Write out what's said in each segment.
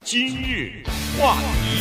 今日话题，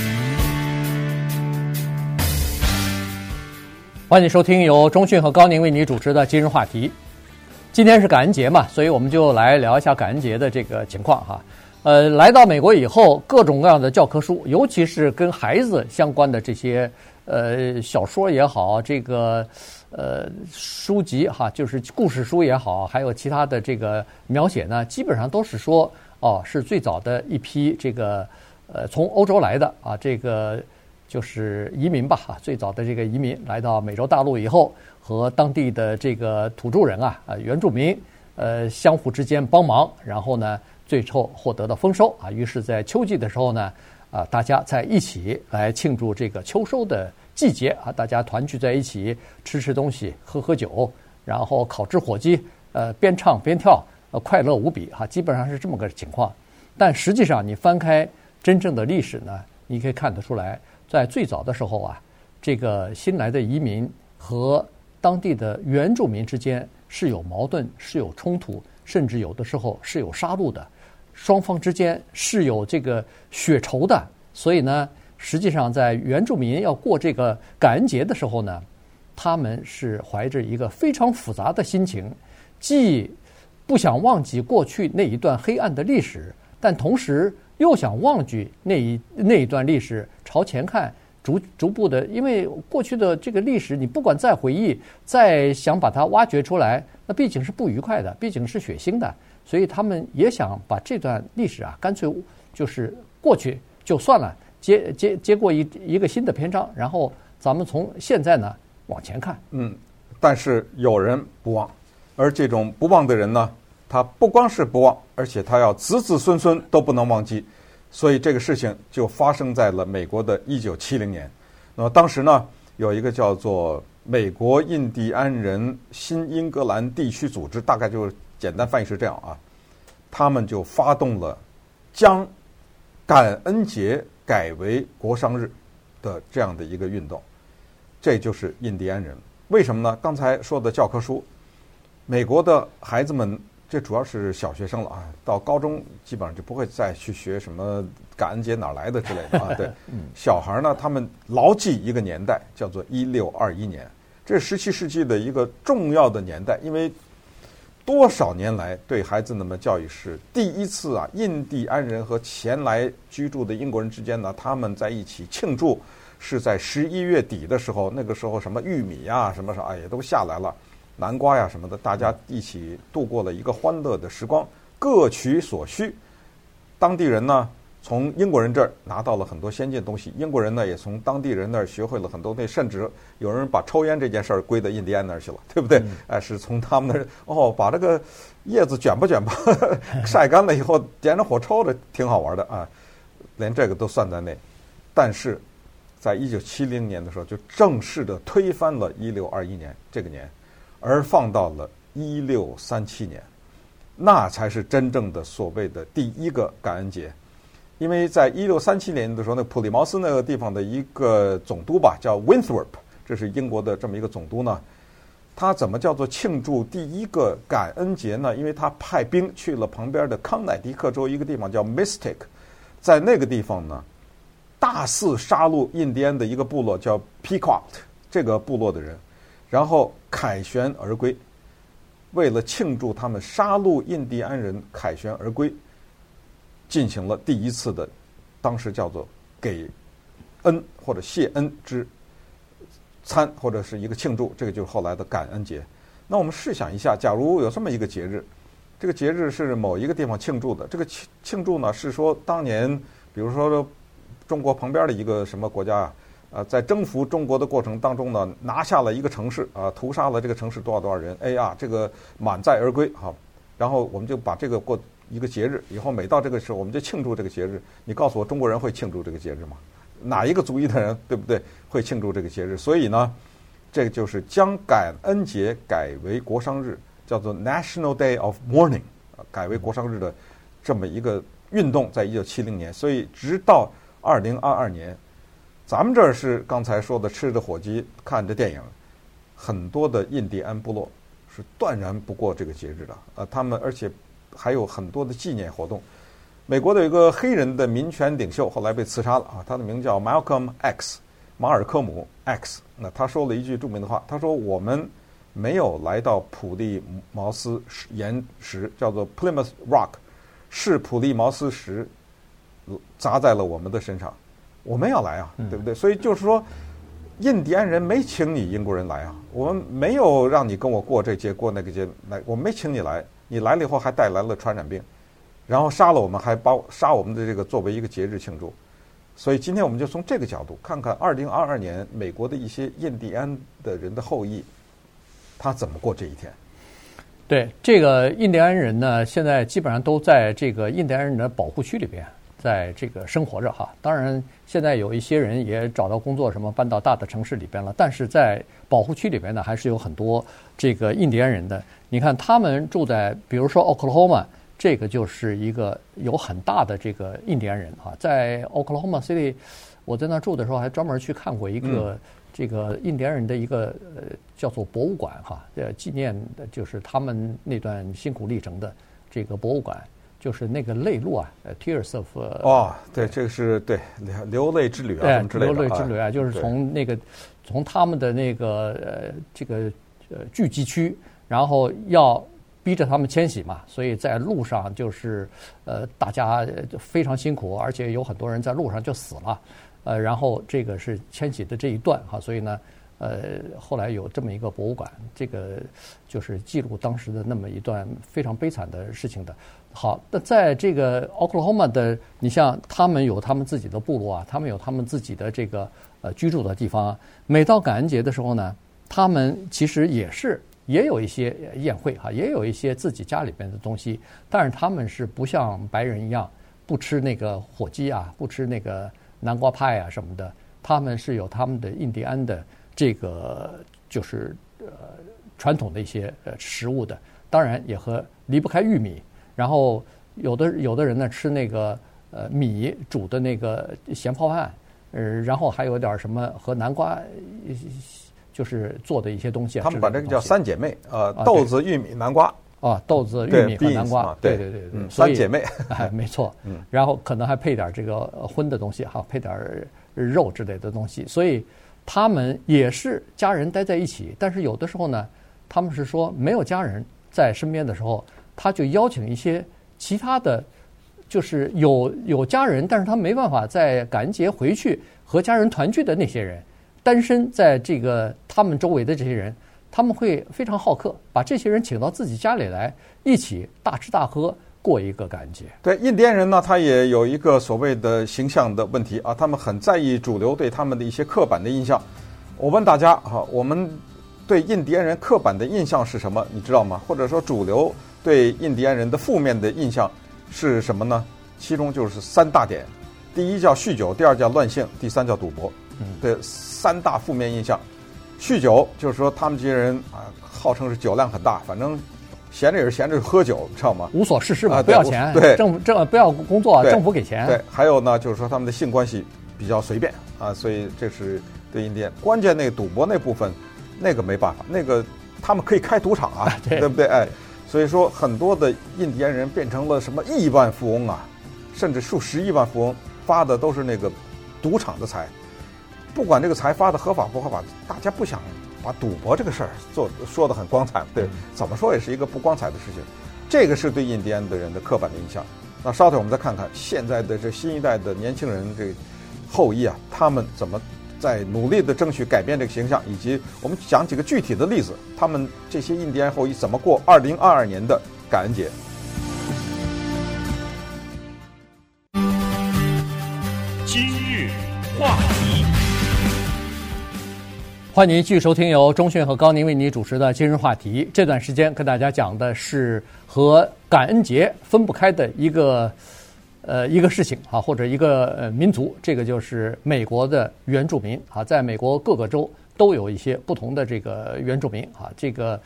欢迎收听由钟迅和高宁为你主持的今日话题。今天是感恩节嘛，所以我们就来聊一下感恩节的这个情况哈。来到美国以后，各种各样的教科书，尤其是跟孩子相关的这些小说也好，这个书籍哈，就是故事书也好，还有其他的这个描写呢，基本上都是说是最早的一批这个从欧洲来的啊，这个就是移民吧哈，最早的这个移民来到美洲大陆以后，和当地的这个土著人原住民相互之间帮忙，然后呢最后获得了丰收啊。于是，在秋季的时候呢大家在一起来庆祝这个秋收的季节啊，大家团聚在一起吃东西，喝酒，然后烤制火鸡，边唱边跳，快乐无比哈，基本上是这么个情况。但实际上，你翻开真正的历史呢，你可以看得出来，在最早的时候这个新来的移民和当地的原住民之间是有矛盾，是有冲突，甚至有的时候是有杀戮的，双方之间是有这个血仇的。所以呢，实际上在原住民要过这个感恩节的时候呢，他们是怀着一个非常复杂的心情，既不想忘记过去那一段黑暗的历史，但同时又想忘记那一段历史，朝前看，逐步的，因为过去的这个历史，你不管再回忆，再想把它挖掘出来，那毕竟是不愉快的，毕竟是血腥的，所以他们也想把这段历史干脆就是过去就算了，接过一个新的篇章，然后咱们从现在呢往前看。 但是有人不忘，而这种不忘的人呢，他不光是不忘，而且他要子子孙孙都不能忘记。所以这个事情就发生在了美国的1970年。那么当时呢，有一个叫做美国印第安人新英格兰地区组织，大概就是简单翻译是这样他们就发动了将感恩节改为国殇日的这样的一个运动。这就是印第安人。为什么呢？刚才说的教科书，美国的孩子们，这主要是小学生了到高中基本上就不会再去学什么感恩节哪来的之类的对，小孩呢，他们牢记一个年代，叫做1621年，这是17世纪的一个重要的年代，因为多少年来对孩子们的教育是第一次印第安人和前来居住的英国人之间呢，他们在一起庆祝，是在11月底的时候，那个时候什么玉米什么也都下来了，南瓜什么的，大家一起度过了一个欢乐的时光，各取所需。当地人呢，从英国人这儿拿到了很多先进东西，英国人呢也从当地人那儿学会了很多，甚至有人把抽烟这件事儿归到印第安那儿去了，对不对？是从他们那儿把这个叶子卷吧晒干了以后点着火抽着，挺好玩的连这个都算在内。但是在1970年的时候，就正式的推翻了1621年这个年，而放到了1637年，那才是真正的所谓的第一个感恩节。因为在1637年的时候，那普利茅斯那个地方的一个总督吧，叫 Winthrop， 这是英国的这么一个总督呢，他怎么叫做庆祝第一个感恩节呢？因为他派兵去了旁边的康乃狄克州一个地方叫 Mystic， 在那个地方呢，大肆杀戮印第安的一个部落叫 Pequot 这个部落的人，然后凯旋而归。为了庆祝他们杀戮印第安人凯旋而归，进行了第一次的，当时叫做给恩或者谢恩之餐，或者是一个庆祝，这个就是后来的感恩节。那我们试想一下，假如有这么一个节日，这个节日是某一个地方庆祝的，这个庆祝呢是说当年比如说中国旁边的一个什么国家在征服中国的过程当中呢，拿下了一个城市屠杀了这个城市多少人，这个满载而归然后我们就把这个过一个节日，以后每到这个时候我们就庆祝这个节日。你告诉我中国人会庆祝这个节日吗？哪一个族裔的人，对不对，会庆祝这个节日？所以呢，这个就是将感恩节改为国殇日，叫做 National Day of Mourning， 改为国殇日的这么一个运动，在1970年。所以直到2022年，咱们这儿是刚才说的吃着火鸡看着电影，很多的印第安部落是断然不过这个节日的他们而且还有很多的纪念活动。 美国的有一个黑人的民权领袖，后来被刺杀了啊，他的名叫 Malcolm X， 马尔科姆 X。那他说了一句著名的话，他说：“我们没有来到普利茅斯岩石，叫做 Plymouth Rock， 是普利茅斯石砸在了我们的身上，我们要来啊，对不对？所以就是说，印第安人没请你英国人来啊，我们没有让你跟我过这节过那个节，来，我们没请你来，你来了以后还带来了传染病，然后杀了我们，还杀我们的这个作为一个节日庆祝。所以今天我们就从这个角度看看2022年美国的一些印第安的人的后裔，他怎么过这一天。” 对，这个印第安人呢，现在基本上都在这个印第安人的保护区里边，在这个生活着哈。当然，现在有一些人也找到工作，什么搬到大的城市里边了。但是在保护区里边呢，还是有很多这个印第安人的。你看，他们住在，比如说 Oklahoma， 这个就是一个有很大的这个印第安人哈。在 Oklahoma City， 我在那住的时候，还专门去看过一个。这个印第安人的一个叫做博物馆哈，纪念的就是他们那段辛苦历程的这个博物馆，就是那个泪路啊，Tears of 对，这个是对流泪之旅啊，什么之类的。 流泪之旅啊，就是从他们的那个这个聚集区，然后要逼着他们迁徙嘛，所以在路上就是大家非常辛苦，而且有很多人在路上就死了。然后这个是迁徙的这一段哈，所以呢，后来有这么一个博物馆，这个就是记录当时的那么一段非常悲惨的事情的。好，那在这个 Oklahoma 的，你像他们有他们自己的部落啊，他们有他们自己的这个居住的地方啊。每到感恩节的时候呢，他们其实也有一些宴会哈，也有一些自己家里边的东西，但是他们是不像白人一样不吃那个火鸡啊，不吃那个南瓜派啊什么的，他们是有他们的印第安的这个就是传统的一些食物的，当然也离不开玉米。然后有的人呢吃那个米煮的那个咸泡饭，然后还有点什么和南瓜就是做的一些东西。 他们把这个叫三姐妹豆子、玉米、南瓜。 豆子、玉米和南瓜，对， 三姐妹， 没错。然后可能还配点这个荤的东西哈，配点肉之类的东西。所以他们也是家人待在一起，但是有的时候呢，他们是说没有家人在身边的时候，他就邀请一些其他的，就是有家人，但是他没办法在感恩节回去和家人团聚的那些人，单身在这个他们周围的这些人。他们会非常好客，把这些人请到自己家里来，一起大吃大喝过一个感恩节。 对，印第安人呢，他也有一个所谓的形象的问题啊，他们很在意主流对他们的一些刻板的印象。我问大家啊，我们对印第安人刻板的印象是什么？你知道吗？或者说主流对印第安人的负面的印象是什么呢？其中就是3大点：第一叫酗酒，第二叫乱性，第3叫赌博。对，3大负面印象。酗酒就是说他们这些人啊，号称是酒量很大，反正闲着也是闲着喝酒，知道吗？ 无所事事嘛，不要钱， 对， 政不要工作，政府给钱。 对，还有呢，就是说他们的性关系比较随便啊，所以这是对印第安。关键那个赌博那部分，那个没办法，那个他们可以开赌场啊，对不对？哎，所以说很多的印第安人变成了什么亿万富翁啊，甚至数十亿万富翁，发的都是那个赌场的财。不管这个财发的合法不合法，大家不想把赌博这个事儿说得很光彩，对，怎么说也是一个不光彩的事情。这个是对印第安的人的刻板的印象。那稍后我们再看看现在的这新一代的年轻人这后裔啊，他们怎么在努力的争取改变这个形象，以及我们讲几个具体的例子，他们这些印第安后裔怎么过2022年的感恩节。 今日话题。 欢迎您继续收听由钟迅和高宁为你主持的今日话题。这段时间跟大家讲的是和感恩节分不开的一个事情啊，或者一个民族，这个就是美国的原住民啊，在美国各个州都有一些不同的这个原住民啊，这个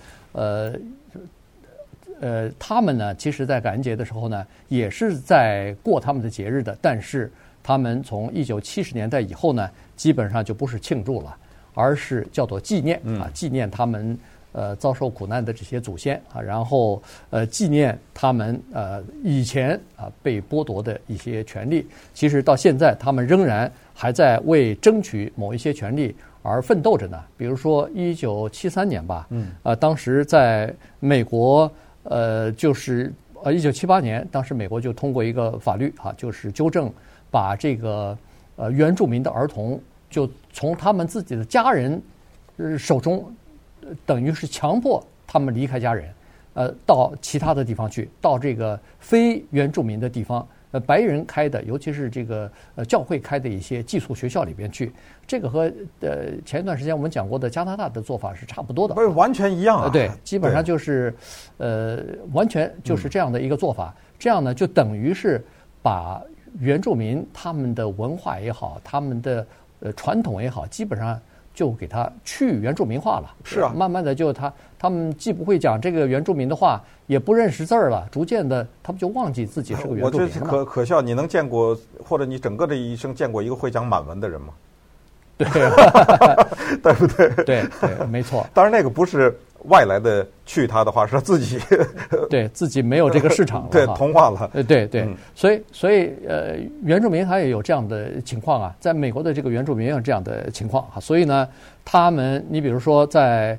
他们呢，其实在感恩节的时候呢，也是在过他们的节日的，但是他们从1970年代以后呢，基本上就不是庆祝了。而是叫做纪念啊，纪念他们遭受苦难的这些祖先啊，然后纪念他们以前被剥夺的一些权利。其实到现在，他们仍然还在为争取某一些权利而奋斗着呢。比如说1973年吧，当时在美国，就是1978年，当时美国就通过一个法律就是纠正把这个原住民的儿童就从他们自己的家人手中，等于是强迫他们离开家人，到其他的地方去，到这个非原住民的地方，白人开的，尤其是这个教会开的一些寄宿学校里边去。这个和前一段时间我们讲过的加拿大的做法是差不多的， 不是完全一样啊？ 对，基本上就是完全就是这样的一个做法。这样呢，就等于是把原住民他们的文化也好，他们的传统也好，基本上就给它去原住民化了。 是啊， 慢慢的就他们既不会讲这个原住民的话，也不认识字儿了，逐渐的他们就忘记自己是个原住民了。 我觉得可笑，你能见过，或者你整个的一生见过一个会讲满文的人吗？ 对， 对不对？ 对，没错。 当然那个不是外来的去他的话，是他自己对自己没有这个市场了， 对，同化了。 对，所以原住民他也有这样的情况啊，在美国的这个原住民也有这样的情况啊，所以呢，他们你比如说在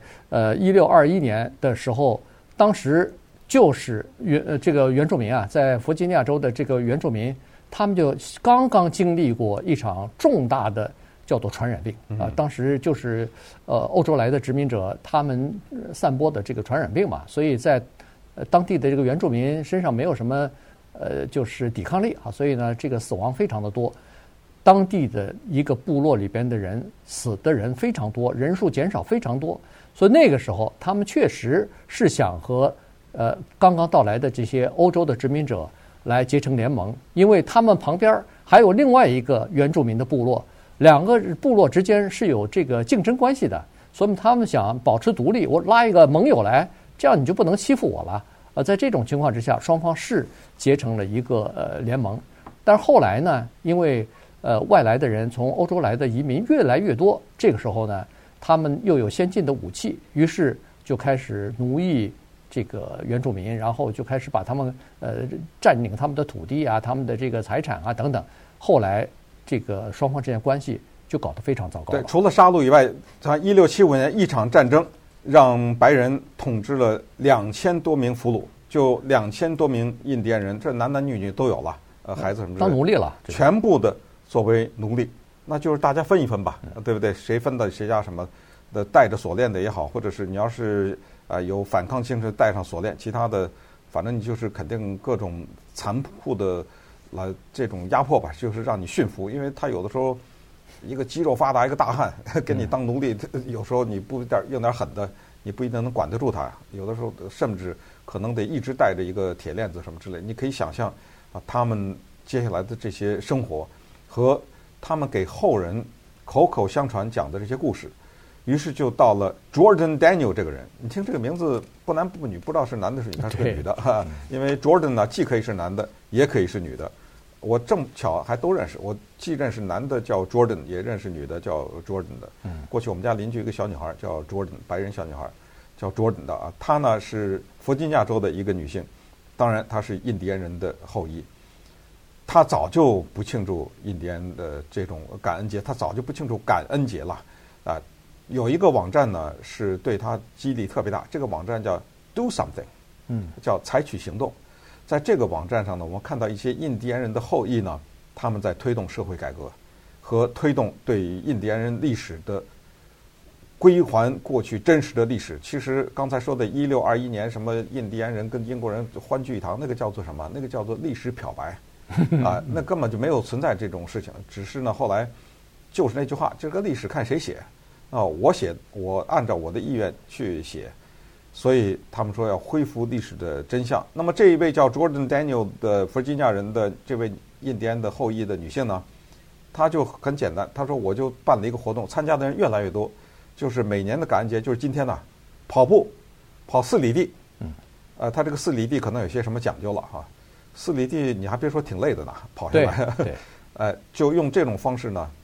1621年的时候，当时就是这个原住民啊，在弗吉尼亚州的这个原住民，他们就刚刚经历过一场重大的叫做传染病啊，当时就是欧洲来的殖民者他们散播的这个传染病嘛，所以在当地的这个原住民身上没有什么就是抵抗力啊，所以呢这个死亡非常的多，当地的一个部落里边的人死的人非常多，人数减少非常多，所以那个时候他们确实是想和刚刚到来的这些欧洲的殖民者来结成联盟，因为他们旁边还有另外一个原住民的部落。两个部落之间是有这个竞争关系的，所以他们想保持独立，我拉一个盟友来，这样你就不能欺负我了。在这种情况之下，双方是结成了一个联盟。但是后来呢，因为外来的人从欧洲来的移民越来越多，这个时候呢，他们又有先进的武器，于是就开始奴役这个原住民，然后就开始把他们占领他们的土地啊，他们的这个财产啊等等。后来这个双方之间关系就搞得非常糟糕了。 对，除了杀戮以外，他1675年一场战争让白人统治了2000多名俘虏，就2000多名印第安人，这男男女女都有了，孩子什么之类的， 当奴隶了， 全部的作为奴隶，那就是大家分一分吧，对不对？谁分的谁家什么的，带着锁链的也好，或者是你要是有反抗精神带上锁链，其他的反正你就是肯定各种残酷的这种压迫吧，就是让你驯服，因为他有的时候一个肌肉发达一个大汉给你当奴隶，有时候你不用点狠的，你不一定能管得住他，有的时候甚至可能得一直带着一个铁链子什么之类。你可以想象他们接下来的这些生活和他们给后人口口相传讲的这些故事，于是就到了 Jordan Daniel 这个人。你听这个名字不男不女，不知道是男的是女的，他是个女的哈。因为 Jordan 呢，既可以是男的，也可以是女的。我正巧还都认识，我既认识男的叫 Jordan， 也认识女的叫 Jordan 的。过去我们家邻居一个小女孩叫 Jordan， 白人小女孩叫 Jordan 的啊。她呢是弗吉尼亚州的一个女性，当然她是印第安人的后裔。她早就不庆祝印第安的这种感恩节，她早就不庆祝感恩节了啊。有一个网站呢是对她激励特别大，这个网站叫 Do Something， 叫采取行动。在这个网站上呢，我们看到一些印第安人的后裔呢，他们在推动社会改革和推动对印第安人历史的归还过去真实的历史。其实刚才说的1621年什么印第安人跟英国人欢聚一堂，那个叫做什么？那个叫做历史漂白啊，那根本就没有存在这种事情。只是呢，后来就是那句话，这个历史看谁写啊，我写，我按照我的意愿去写。所以他们说要恢复历史的真相。那么这一位叫 Jordan Daniel 的弗吉尼亚人的这位印第安的后裔的女性呢，她就很简单，她说我就办了一个活动，参加的人越来越多，就是每年的感恩节，就是今天呢，跑步跑4里地。他这个4里地可能有些什么讲究了哈，4里地你还别说挺累的呢，跑下来。对，就用这种方式呢，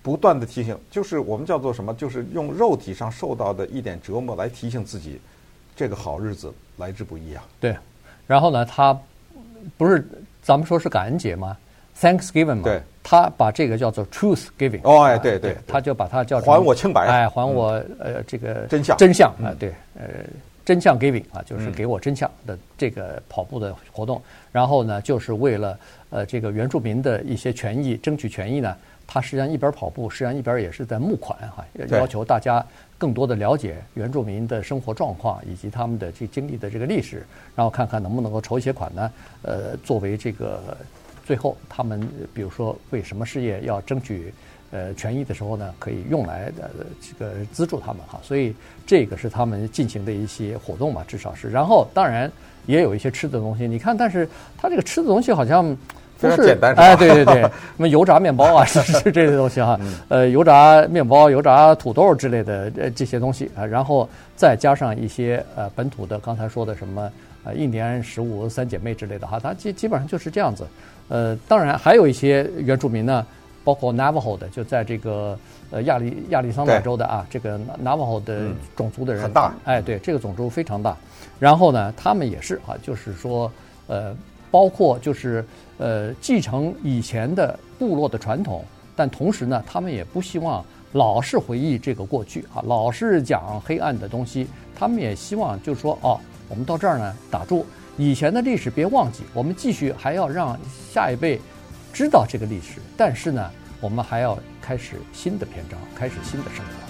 不断的提醒，就是我们叫做什么？就是用肉体上受到的一点折磨来提醒自己，这个好日子来之不易啊。 对，然后呢，他不是咱们说是感恩节吗 ？Thanksgiving 嘛， 对， 他把这个叫做 Truth Giving。 哦，哎，对对， 他就把它叫还我清白， 哎，还我这个真相啊，对，真相 giving 啊，就是给我真相的这个跑步的活动。然后呢，就是为了这个原住民的一些权益争取权益呢，他实际上一边跑步，实际上一边也是在募款哈，要求大家更多的了解原住民的生活状况以及他们的这经历的这个历史，然后看看能不能够筹一些款呢，作为这个最后他们比如说为什么事业要争取权益的时候呢，可以用来这个资助他们哈，所以这个是他们进行的一些活动嘛，至少是。然后当然也有一些吃的东西，你看，但是他这个吃的东西好像非常简单， 哎，对对对，什么油炸面包啊，是这些东西哈，油炸面包、油炸土豆之类的这些东西啊，然后再加上一些本土的，刚才说的什么印第安食物、三姐妹之类的哈，它基本上就是这样子。当然还有一些原住民呢。包括 Navajo 的，就在这个亚利桑那州的啊，这个 Navajo 的种族的人很大， 哎，对，这个种族非常大。然后呢，他们也是啊，就是说包括就是继承以前的部落的传统，但同时呢，他们也不希望老是回忆这个过去啊，老是讲黑暗的东西。他们也希望就是说，哦，我们到这儿呢打住，以前的历史别忘记，我们继续还要让下一辈知道这个历史，但是呢，我们还要开始新的篇章，开始新的生活。